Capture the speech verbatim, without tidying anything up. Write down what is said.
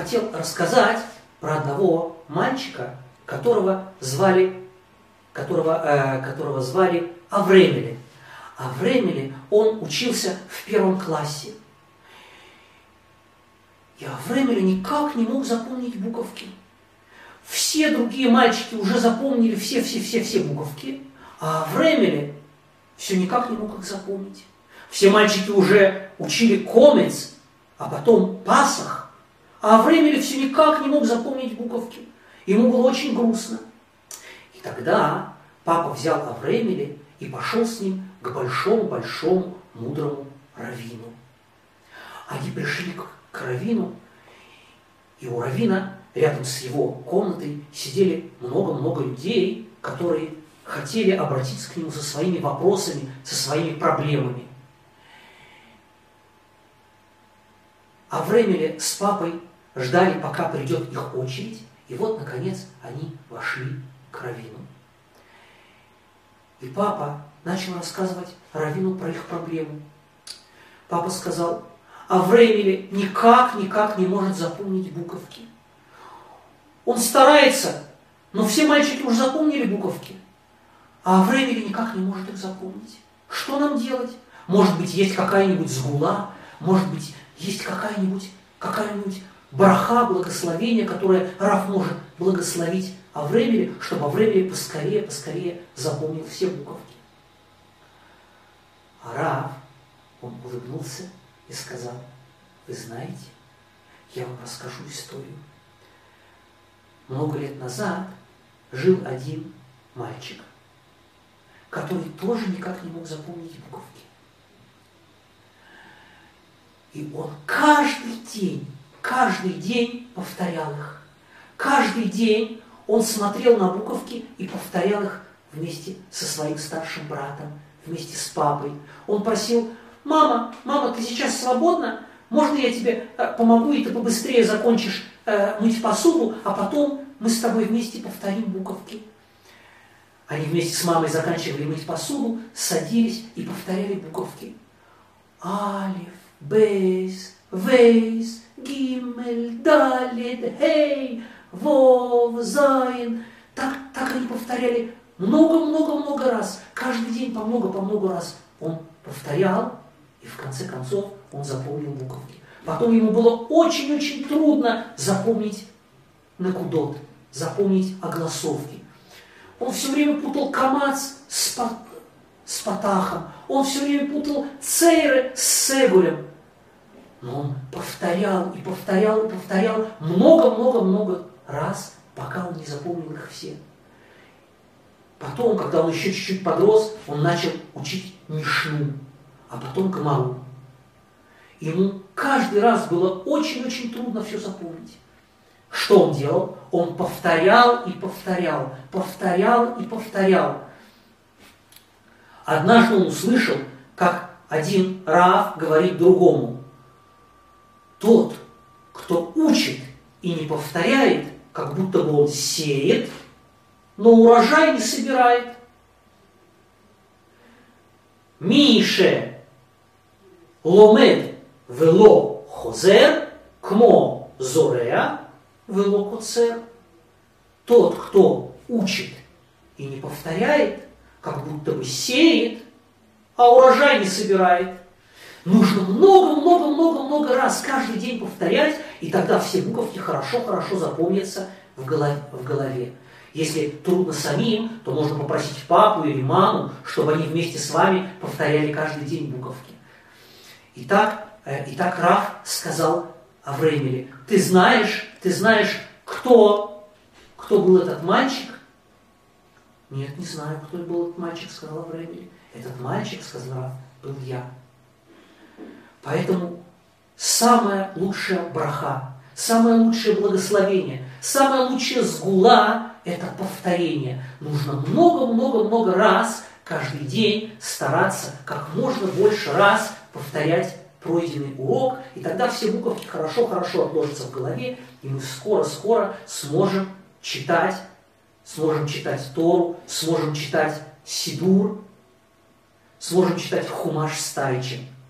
хотел рассказать про одного мальчика, которого звали, которого, э, которого звали Авремели. Авремели, он учился в первом классе. И Авремели никак не мог запомнить буковки. Все другие мальчики уже запомнили все-все-все-все буковки, а Авремели все никак не мог их запомнить. Все мальчики уже учили комец, а потом пасах, а Авремели все никак не мог запомнить буковки. Ему было очень грустно. И тогда папа взял Авремели и пошел с ним к большому-большому мудрому раввину. Они пришли к, к раввину, и у раввина рядом с его комнатой сидели много-много людей, которые хотели обратиться к нему со своими вопросами, со своими проблемами. Авремели с папой ждали, пока придет их очередь, и вот, наконец, они вошли к раввину. И папа начал рассказывать раввину про их проблему. Папа сказал: Авремели никак-никак не может запомнить буковки. Он старается, но все мальчики уже запомнили буковки, а Авремели никак не может их запомнить. Что нам делать? Может быть, есть какая-нибудь сгула, может быть, есть какая-нибудь какая-нибудь браха, благословение, которое Рав может благословить Авремели, чтобы Авремели поскорее, поскорее запомнил все буковки. А Рав, он улыбнулся и сказал: вы знаете, я вам расскажу историю. Много лет назад жил один мальчик, который тоже никак не мог запомнить буковки. И он каждый день, каждый день повторял их. Каждый день он смотрел на буковки и повторял их вместе со своим старшим братом, вместе с папой. Он просил: мама, мама, ты сейчас свободна? Можно я тебе помогу, и ты побыстрее закончишь э, мыть посуду, а потом мы с тобой вместе повторим буковки. Они вместе с мамой заканчивали мыть посуду, садились и повторяли буковки. Алиф, бейс, вейс, гимель, далит, хей, вов, зайн. Так, так они повторяли много-много-много раз. Каждый день по много-по много раз он повторял, и в конце концов он запомнил буковки. Потом ему было очень-очень трудно запомнить накудот, запомнить огласовки. Он все время путал камац с, пат, с патахом, он все время путал цейры с сегулем. Но он повторял и повторял и повторял много-много-много раз, пока он не запомнил их все. Потом, когда он еще чуть-чуть подрос, он начал учить Мишну, а потом Гмару. Ему каждый раз было очень-очень трудно все запомнить. Что он делал? Он повторял и повторял, повторял и повторял. Однажды он услышал, как один Рав говорит другому: тот, кто учит и не повторяет, как будто бы он сеет, но урожай не собирает. Мише ломед вело хозер кмо зореа вело коцер. Тот, кто учит и не повторяет, как будто бы сеет, а урожай не собирает. Нужно много-много-много-много раз каждый день повторять, и тогда все буковки хорошо-хорошо запомнятся в голове, в голове. Если трудно самим, то можно попросить папу или маму, чтобы они вместе с вами повторяли каждый день буковки. Итак, э, итак Рав сказал Авремели: ты знаешь, ты знаешь, кто, кто был этот мальчик? Нет, не знаю, кто был этот мальчик, сказал Авремели. Этот мальчик, сказал Рав, был я. Поэтому самая лучшая браха, самое лучшее благословение, самая лучшая сгула – это повторение. Нужно много-много-много раз каждый день стараться как можно больше раз повторять пройденный урок, и тогда все буковки хорошо-хорошо отложатся в голове, и мы скоро-скоро сможем читать, сможем читать Тору, сможем читать Сидур, сможем читать Хумаш Старичем.